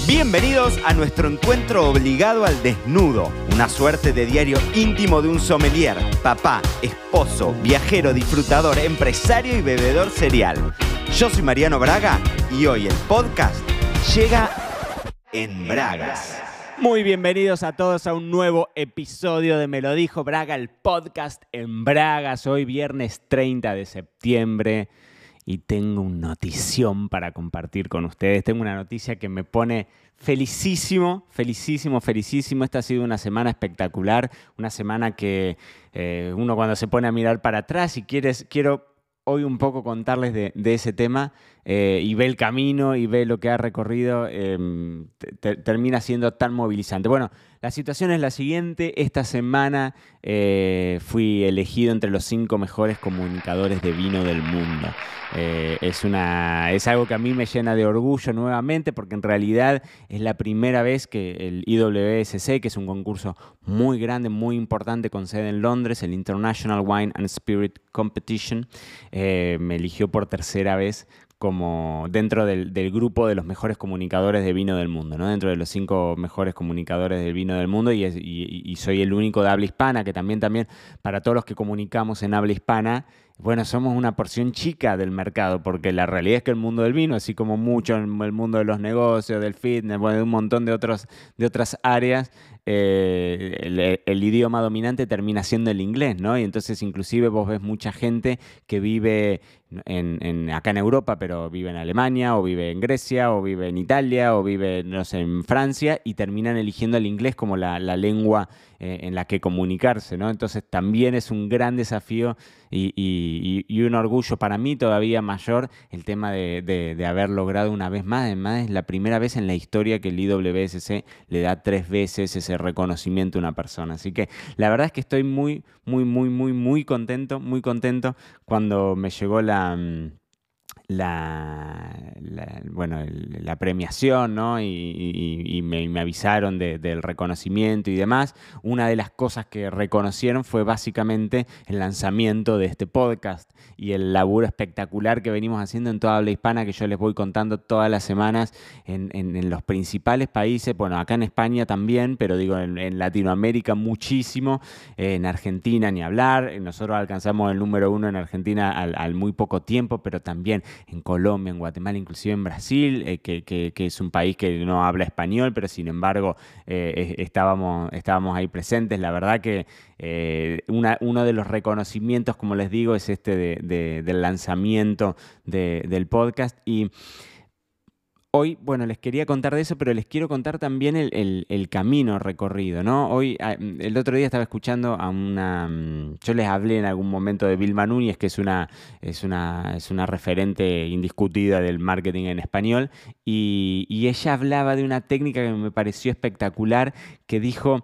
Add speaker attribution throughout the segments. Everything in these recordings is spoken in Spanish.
Speaker 1: Bienvenidos a nuestro encuentro obligado al desnudo, una suerte de diario íntimo de un sommelier, papá, esposo, viajero, disfrutador, empresario y bebedor serial. Yo soy Mariano Braga y hoy el podcast llega en Bragas. Muy bienvenidos a todos a un nuevo episodio de Me lo dijo Braga, el podcast en Bragas. Hoy viernes 30 de septiembre. Y tengo una notición para compartir con ustedes. Tengo una noticia que me pone felicísimo, felicísimo, felicísimo. Esta ha sido una semana espectacular, una semana que uno cuando se pone a mirar para atrás y quiero hoy un poco contarles de ese tema y ve el camino y ve lo que ha recorrido, termina siendo tan movilizante. Bueno, la situación es la siguiente. Esta semana fui elegido entre los 5 mejores comunicadores de vino del mundo. Es algo que a mí me llena de orgullo nuevamente, porque en realidad es la primera vez que el IWSC, que es un concurso muy grande, muy importante con sede en Londres, el International Wine and Spirit Competition, me eligió por tercera vez como dentro del grupo de los mejores comunicadores de vino del mundo, ¿no? Dentro de los 5 mejores comunicadores del vino del mundo, y soy el único de habla hispana, que también para todos los que comunicamos en habla hispana, bueno, somos una porción chica del mercado, porque la realidad es que el mundo del vino, así como mucho en el mundo de los negocios, del fitness, bueno, de un montón de otras áreas, el idioma dominante termina siendo el inglés, ¿no? Y entonces inclusive vos ves mucha gente que vive acá en Europa, pero vive en Alemania, o vive en Grecia, o vive en Italia, o vive, no sé, en Francia, y terminan eligiendo el inglés como la lengua en la que comunicarse, ¿no? Entonces también es un gran desafío y un orgullo para mí todavía mayor el tema de haber logrado una vez más. Además, es la primera vez en la historia que el IWSC le da 3 veces ese reconocimiento a una persona. Así que la verdad es que estoy muy contento, cuando me llegó la premiación, ¿no? y me avisaron del reconocimiento y demás. Una de las cosas que reconocieron fue básicamente el lanzamiento de este podcast y el laburo espectacular que venimos haciendo en toda habla hispana, que yo les voy contando todas las semanas en los principales países. Bueno, acá en España también, pero digo, en Latinoamérica muchísimo, en Argentina ni hablar. Nosotros alcanzamos el número 1 en Argentina al muy poco tiempo, pero también en Colombia, en Guatemala, inclusive en Brasil, que es un país que no habla español, pero sin embargo estábamos ahí presentes. La verdad que uno de los reconocimientos, como les digo, es del lanzamiento del podcast. Y hoy, bueno, les quería contar de eso, pero les quiero contar también el camino recorrido, ¿no? Hoy, el otro día estaba escuchando yo les hablé en algún momento de Vilma Núñez, que es una referente indiscutida del marketing en español, y ella hablaba de una técnica que me pareció espectacular, que dijo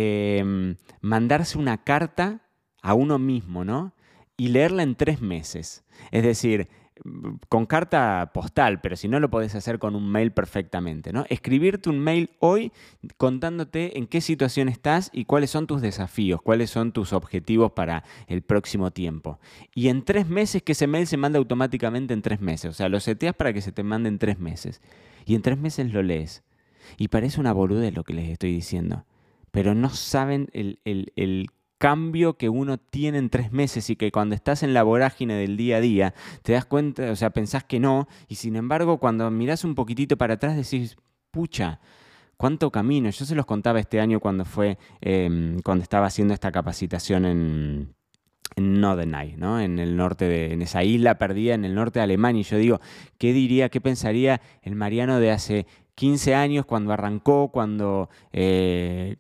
Speaker 1: mandarse una carta a uno mismo, ¿no? Y leerla en 3 meses. Es decir, con carta postal, pero si no lo podés hacer con un mail perfectamente, ¿no? Escribirte un mail hoy contándote en qué situación estás y cuáles son tus desafíos, cuáles son tus objetivos para el próximo tiempo. Y en 3 meses, que ese mail se manda automáticamente en 3 meses. O sea, lo seteas para que se te mande en 3 meses. Y en 3 meses lo lees. Y parece una boludez lo que les estoy diciendo. Pero no saben el cambio que uno tiene en 3 meses, y que cuando estás en la vorágine del día a día te das cuenta, o sea, pensás que no, y sin embargo cuando mirás un poquitito para atrás decís, pucha, cuánto camino. Yo se los contaba este año cuando estaba haciendo esta capacitación en Norderney, ¿no? En el norte en esa isla perdida en el norte de Alemania, y yo digo, qué pensaría el Mariano de hace 15 años, cuando arrancó, desde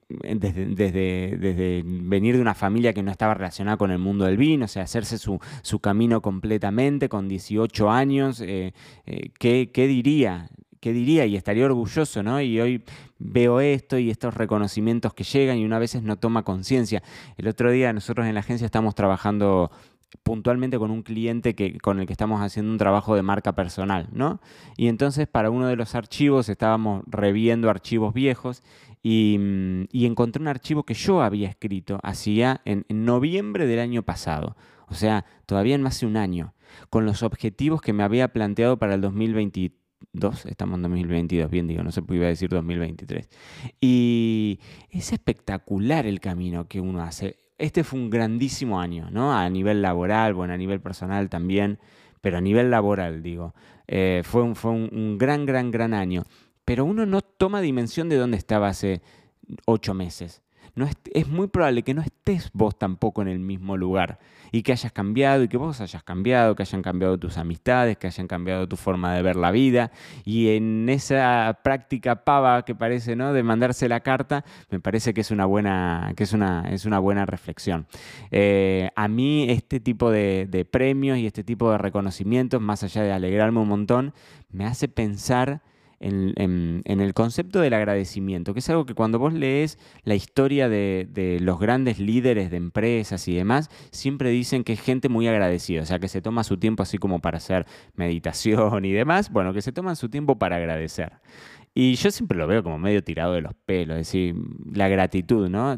Speaker 1: venir de una familia que no estaba relacionada con el mundo del vino, o sea, hacerse su camino completamente con 18 años, ¿qué diría? ¿Qué diría? Y estaría orgulloso, ¿no? Y hoy veo esto y estos reconocimientos que llegan, y uno a veces no toma conciencia. El otro día nosotros en la agencia estamos trabajando puntualmente con un cliente con el que estamos haciendo un trabajo de marca personal, ¿no? Y entonces para uno de los archivos estábamos reviendo archivos viejos y encontré un archivo que yo había escrito hacía en noviembre del año pasado, o sea, todavía no hace un año, con los objetivos que me había planteado para el 2023.
Speaker 2: 2022, estamos en 2022, bien digo, no sé por qué iba a decir 2023. Y es espectacular el camino que uno hace. Este fue un grandísimo año, ¿no? A nivel laboral, bueno, a nivel personal también, pero a nivel laboral, digo. Fue un gran, gran, gran año. Pero uno no toma dimensión de dónde estaba hace 8 meses. No es muy probable que no estés vos tampoco en el mismo lugar y que hayas cambiado y que vos hayas cambiado, que hayan cambiado tus amistades, que hayan cambiado tu forma de ver la vida y en esa práctica pava que parece, ¿no?, de mandarse la carta, me parece que es una buena reflexión. A mí este tipo de premios y este tipo de reconocimientos, más allá de alegrarme un montón, me hace pensar en el concepto del agradecimiento, que es algo que cuando vos lees la historia de los grandes líderes de empresas y demás, siempre dicen que es gente muy agradecida, o sea, que se toma su tiempo así como para hacer meditación y demás, bueno, que se toman su tiempo para agradecer. Y yo siempre lo veo como medio tirado de los pelos, es decir, la gratitud, ¿no?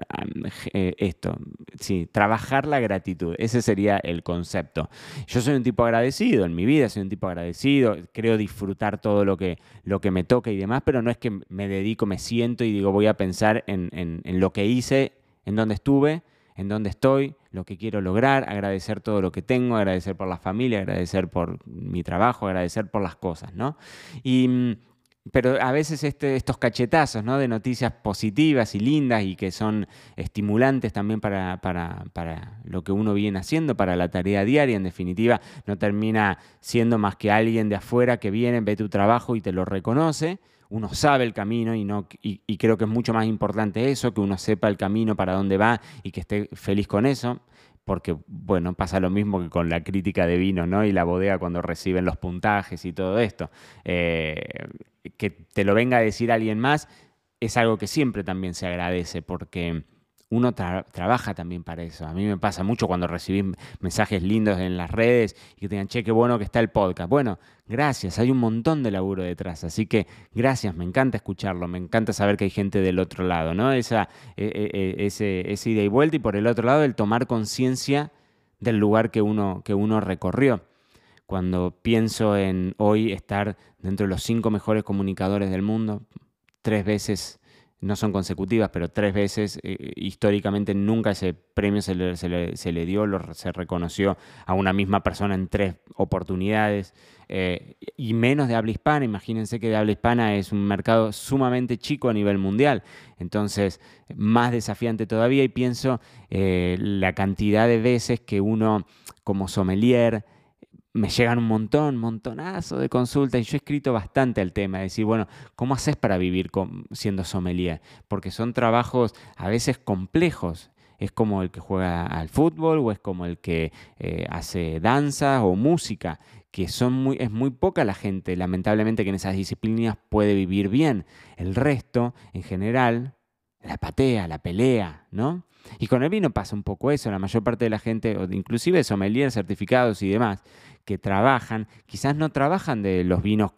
Speaker 2: Esto, sí, trabajar la gratitud, ese sería el concepto. Yo soy un tipo agradecido, en mi vida soy un tipo agradecido, creo disfrutar todo lo que me toca y demás, pero no es que me dedico, me siento y digo voy a pensar en lo que hice, en dónde estuve, en dónde estoy, lo que quiero lograr, agradecer todo lo que tengo, agradecer por la familia, agradecer por mi trabajo, agradecer por las cosas, ¿no? Y pero a veces estos cachetazos, ¿no?, de noticias positivas y lindas y que son estimulantes también para lo que uno viene haciendo, para la tarea diaria, en definitiva, no termina siendo más que alguien de afuera que viene, ve tu trabajo y te lo reconoce. Uno sabe el camino y creo que es mucho más importante eso, que uno sepa el camino para dónde va y que esté feliz con eso. Porque, bueno, pasa lo mismo que con la crítica de vino, ¿no? Y la bodega cuando reciben los puntajes y todo esto. Que te lo venga a decir alguien más es algo que siempre también se agradece porque uno trabaja también para eso. A mí me pasa mucho cuando recibí mensajes lindos en las redes y que te digan, che, qué bueno que está el podcast. Bueno, gracias, hay un montón de laburo detrás, así que gracias, me encanta escucharlo, me encanta saber que hay gente del otro lado, ¿no? Ese ida y vuelta y por el otro lado el tomar conciencia del lugar que uno recorrió. Cuando pienso en hoy estar dentro de los 5 mejores comunicadores del mundo, 3 veces, no son consecutivas, pero 3 veces, históricamente nunca ese premio se le dio, se reconoció a una misma persona en 3 oportunidades, y menos de habla hispana. Imagínense que de habla hispana es un mercado sumamente chico a nivel mundial, entonces más desafiante todavía, y pienso la cantidad de veces que uno como sommelier me llegan un montonazo de consultas y yo he escrito bastante al tema, de decir, bueno, ¿cómo haces para vivir siendo sommelier? Porque son trabajos a veces complejos. Es como el que juega al fútbol o es como el que hace danza o música, que es muy poca la gente, lamentablemente, que en esas disciplinas puede vivir bien. El resto, en general, la patea, la pelea, ¿no? Y con el vino pasa un poco eso. La mayor parte de la gente, inclusive sommeliers certificados y demás, que trabajan, quizás no trabajan de los vinos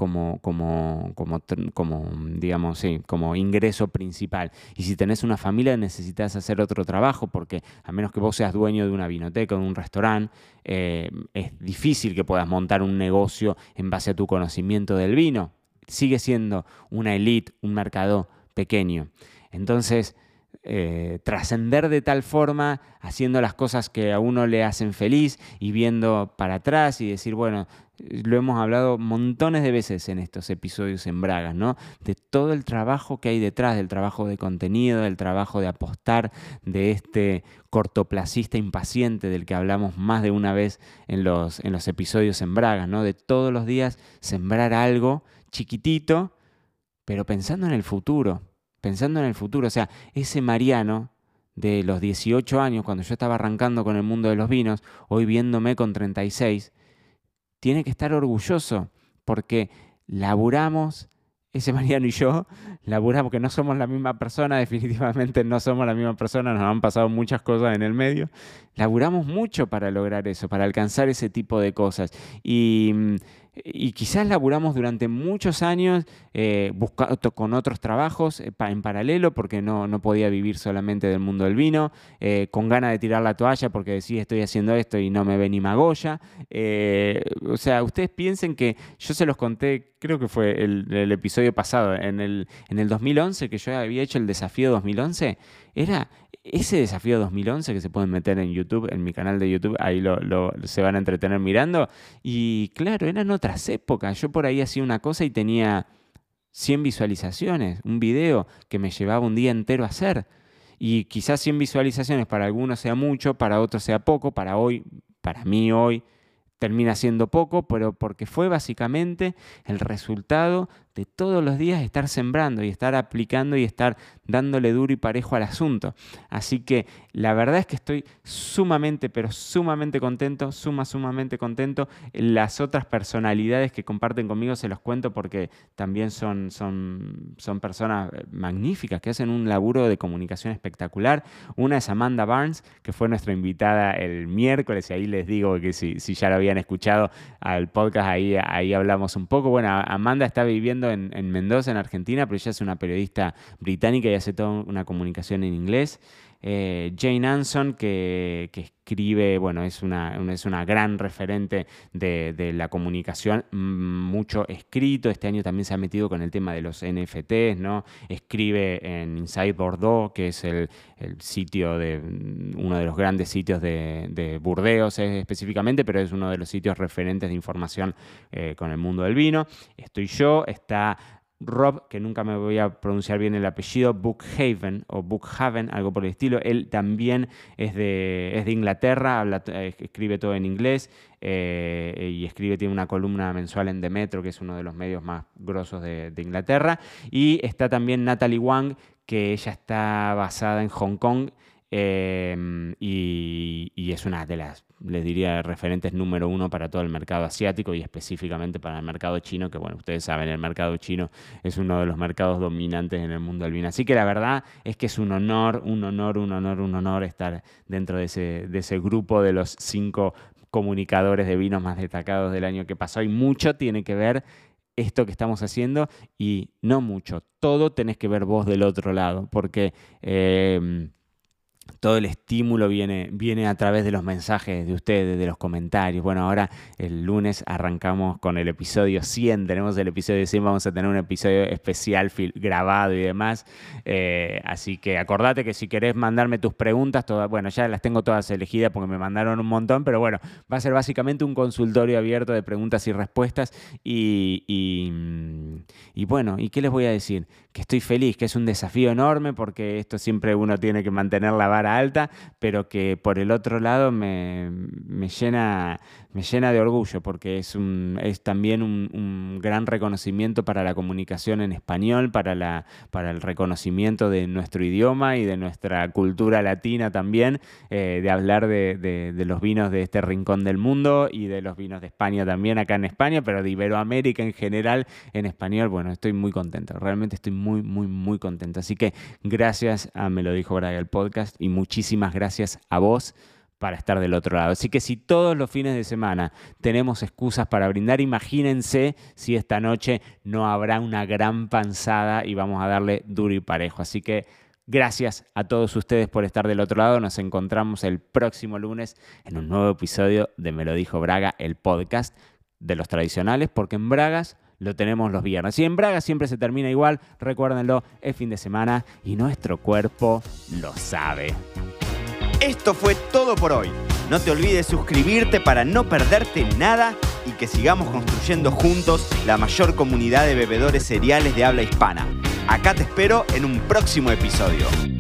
Speaker 2: como digamos, sí, como ingreso principal. Y si tenés una familia necesitas hacer otro trabajo porque a menos que vos seas dueño de una vinoteca o de un restaurante, es difícil que puedas montar un negocio en base a tu conocimiento del vino. Sigue siendo una elite, un mercado pequeño. Entonces, trascender de tal forma, haciendo las cosas que a uno le hacen feliz y viendo para atrás y decir, bueno, lo hemos hablado montones de veces en estos episodios en Bragas, ¿no? De todo el trabajo que hay detrás, del trabajo de contenido, del trabajo de apostar, de este cortoplacista impaciente del que hablamos más de una vez en los episodios en Bragas, ¿no? De todos los días sembrar algo chiquitito, pero pensando en el futuro. O sea, ese Mariano de los 18 años, cuando yo estaba arrancando con el mundo de los vinos, hoy viéndome con 36, tiene que estar orgulloso porque laburamos, ese Mariano y yo, laburamos, que no somos la misma persona, definitivamente no somos la misma persona, nos han pasado muchas cosas en el medio, laburamos mucho para lograr eso, para alcanzar ese tipo de cosas. Y Y quizás laburamos durante muchos años con otros trabajos en paralelo porque no podía vivir solamente del mundo del vino, con ganas de tirar la toalla porque decía estoy haciendo esto y no me ve ni Magoya. O sea, ustedes piensen que yo se los conté, creo que fue el episodio pasado, en el 2011 que yo había hecho el desafío 2011, era ese desafío 2011 que se pueden meter en YouTube, en mi canal de YouTube, ahí se van a entretener mirando. Y claro, eran otras épocas. Yo por ahí hacía una cosa y tenía 100 visualizaciones, un video que me llevaba un día entero a hacer. Y quizás 100 visualizaciones para algunos sea mucho, para otros sea poco, para mí hoy termina siendo poco, pero porque fue básicamente el resultado de todos los días estar sembrando y estar aplicando y estar dándole duro y parejo al asunto. Así que la verdad es que estoy sumamente, pero sumamente contento, sumamente contento. Las otras personalidades que comparten conmigo se los cuento porque también son personas magníficas que hacen un laburo de comunicación espectacular. Una es Amanda Barnes, que fue nuestra invitada el miércoles, y ahí les digo que si ya lo habían escuchado al podcast, ahí hablamos un poco. Bueno, Amanda está viviendo en Mendoza, en Argentina, pero ella es una periodista británica y hace toda una comunicación en inglés. Jane Anson, que escribe, bueno, es una gran referente de la comunicación, mucho escrito. Este año también se ha metido con el tema de los NFTs, ¿no? Escribe en Inside Bordeaux, que es el sitio uno de los grandes sitios de Burdeos específicamente, pero es uno de los sitios referentes de información con el mundo del vino. Estoy yo, está Rob, que nunca me voy a pronunciar bien el apellido, Bookhaven o Bookhaven, algo por el estilo. Él también es de Inglaterra, escribe todo en inglés y tiene una columna mensual en The Metro, que es uno de los medios más grosos de Inglaterra. Y está también Natalie Wang, que ella está basada en Hong Kong y es una de las, les diría, referentes número uno para todo el mercado asiático y específicamente para el mercado chino, que bueno, ustedes saben, el mercado chino es uno de los mercados dominantes en el mundo del vino. Así que la verdad es que es un honor estar dentro de ese grupo de los 5 comunicadores de vinos más destacados del año que pasó, y mucho tiene que ver esto que estamos haciendo, y no mucho, todo tenés que ver vos del otro lado, porque todo el estímulo viene a través de los mensajes de ustedes, de los comentarios. Bueno, ahora el lunes arrancamos con el episodio 100. Tenemos el episodio 100, vamos a tener un episodio especial grabado y demás. Así que acordate que si querés mandarme tus preguntas, bueno, ya las tengo todas elegidas porque me mandaron un montón, pero bueno, va a ser básicamente un consultorio abierto de preguntas y respuestas. Y bueno, ¿y qué les voy a decir? Que estoy feliz, que es un desafío enorme porque esto siempre uno tiene que mantener la vara alta, pero que por el otro lado me llena de orgullo porque es también un gran reconocimiento para la comunicación en español, para el reconocimiento de nuestro idioma y de nuestra cultura latina también, de hablar de los vinos de este rincón del mundo y de los vinos de España también acá en España, pero de Iberoamérica en general en español. Bueno, estoy muy contento, realmente estoy muy contento. Así que gracias a Me lo dijo Braga el podcast y muchísimas gracias a vos para estar del otro lado. Así que si todos los fines de semana tenemos excusas para brindar, imagínense si esta noche no habrá una gran panzada y vamos a darle duro y parejo. Así que gracias a todos ustedes por estar del otro lado. Nos encontramos el próximo lunes en un nuevo episodio de Me lo dijo Braga, el podcast de los tradicionales, porque en Bragas lo tenemos los viernes. Y en Braga siempre se termina igual, recuérdenlo, es fin de semana y nuestro cuerpo lo sabe.
Speaker 1: Esto fue todo por hoy. No te olvides suscribirte para no perderte nada y que sigamos construyendo juntos la mayor comunidad de bebedores cereales de habla hispana. Acá te espero en un próximo episodio.